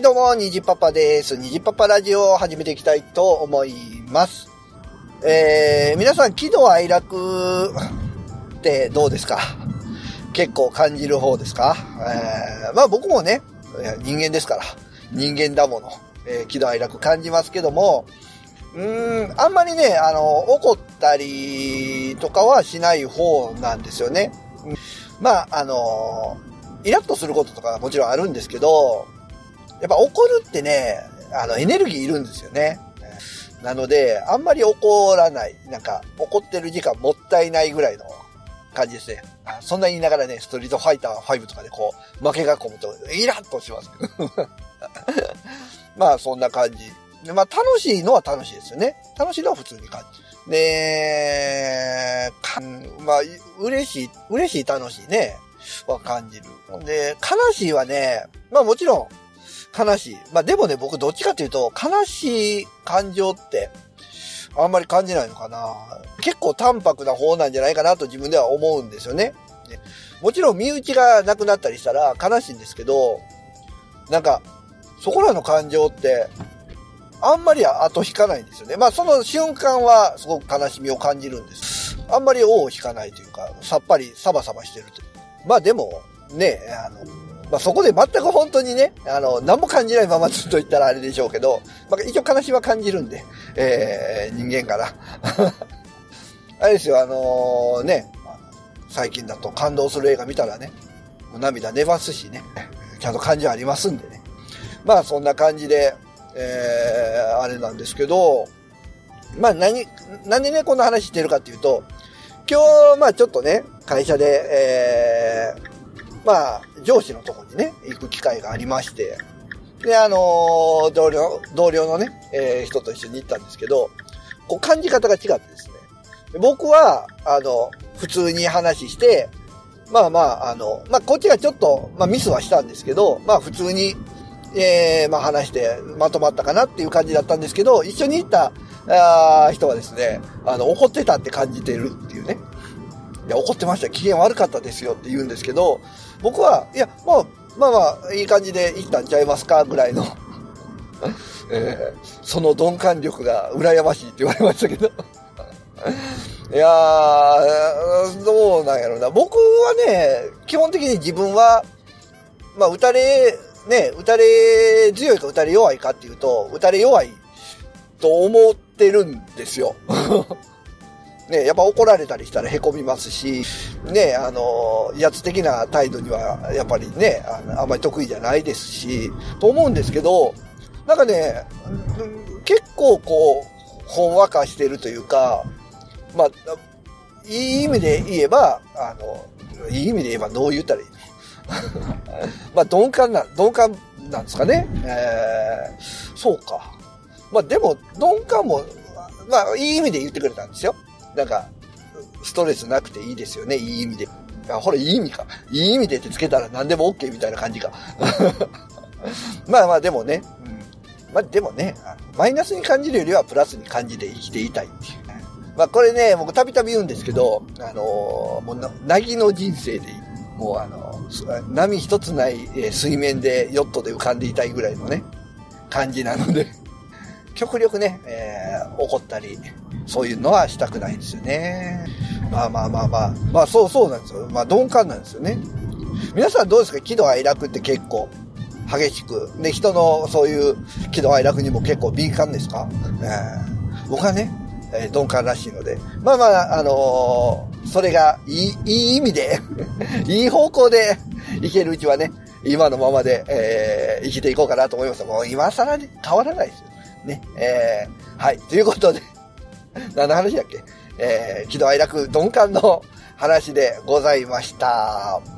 どうも、にじパパです。にじパパラジオを始めていきたいと思います。皆さん、喜怒哀楽ってどうですか？結構感じる方ですか？まあ僕もね、人間ですから、人間だもの、喜怒哀楽感じますけども、あんまりね、怒ったりとかはしない方なんですよね。まあ、イラッとすることとかはもちろんあるんですけど、やっぱ怒るってね、エネルギーいるんですよね。なので、あんまり怒らない。なんか、怒ってる時間もったいないぐらいの感じですね。そんな言いながらね、ストリートファイター5とかでこう、負けが込むと、イラッとしますけど。まあ、そんな感じ。でまあ、楽しいのは楽しいですよね。楽しいのは普通に感じ。で、まあ、嬉しい楽しいね、は感じる。で、悲しいはね、まあもちろん、悲しい。まあでもね、僕どっちかというと、悲しい感情って、あんまり感じないのかな。結構淡白な方なんじゃないかなと自分では思うんですよね。もちろん身内が亡くなったりしたら悲しいんですけど、なんか、そこらの感情って、あんまり後引かないんですよね。まあその瞬間はすごく悲しみを感じるんです。あんまり尾を引かないというか、さっぱりサバサバしてるという。まあでも、ね、まあ、そこで全く本当にね、何も感じないままずっと言ったらあれでしょうけど、まあ、一応悲しみは感じるんで、人間から。あれですよ、ね、最近だと感動する映画見たらね、涙出ますしね、ちゃんと感情ありますんでね。まあ、そんな感じで、あれなんですけど、まあ、なんでね、こんな話してるかっていうと、今日、まあ、ちょっとね、会社で、まあ、上司のとこにね、行く機会がありまして、で、同僚のね、人と一緒に行ったんですけど、こう感じ方が違ってですね。僕は、普通に話して、まあまあ、まあ、こっちがちょっと、まあ、ミスはしたんですけど、まあ、普通に、まあ、話してまとまったかなっていう感じだったんですけど、一緒に行った人はですね、怒ってたって感じてるっていうね。いや、怒ってました。機嫌悪かったですよって言うんですけど、僕は、いや、まあ、いい感じで行ったんちゃいますかぐらいの、その鈍感力が羨ましいって言われましたけど。いやー、どうなんやろうな。僕はね、基本的に自分は、まあ、打たれ強いか打たれ弱いかっていうと、打たれ弱いと思ってるんですよ。ね、やっぱ怒られたりしたら凹みますし、ね、威圧的な態度には、やっぱりね、あんまり得意じゃないですし、と思うんですけど、なんかね、結構こう、ほんわかしてるというか、まあ、いい意味で言えばどう言ったらいいのまあ、鈍感なんですかね。そうか。まあ、でも、鈍感も、まあ、いい意味で言ってくれたんですよ。なんか、ストレスなくていいですよね、いい意味で。ほら、いい意味か。いい意味でってつけたら何でも OK みたいな感じか。まあまあ、でもね、まあでもね、マイナスに感じるよりはプラスに感じて生きていたいっていう。まあこれね、僕たびたび言うんですけど、もうなぎの人生でいい。もう波一つない、水面でヨットで浮かんでいたいぐらいのね、感じなので、極力ね、怒ったり、そういうのはしたくないんですよね。まあそうなんですよ。まあ鈍感なんですよね。皆さんどうですか？喜怒哀楽って結構激しく。で、人のそういう喜怒哀楽にも結構敏感ですか？僕はね、鈍感らしいので。まあ、それがいい意味で、いい方向でいけるうちはね、今のままで、生きていこうかなと思います。もう今更ね、変わらないですよ。ね。はい。ということで、何の話だっけ？喜怒哀楽鈍感の話でございました。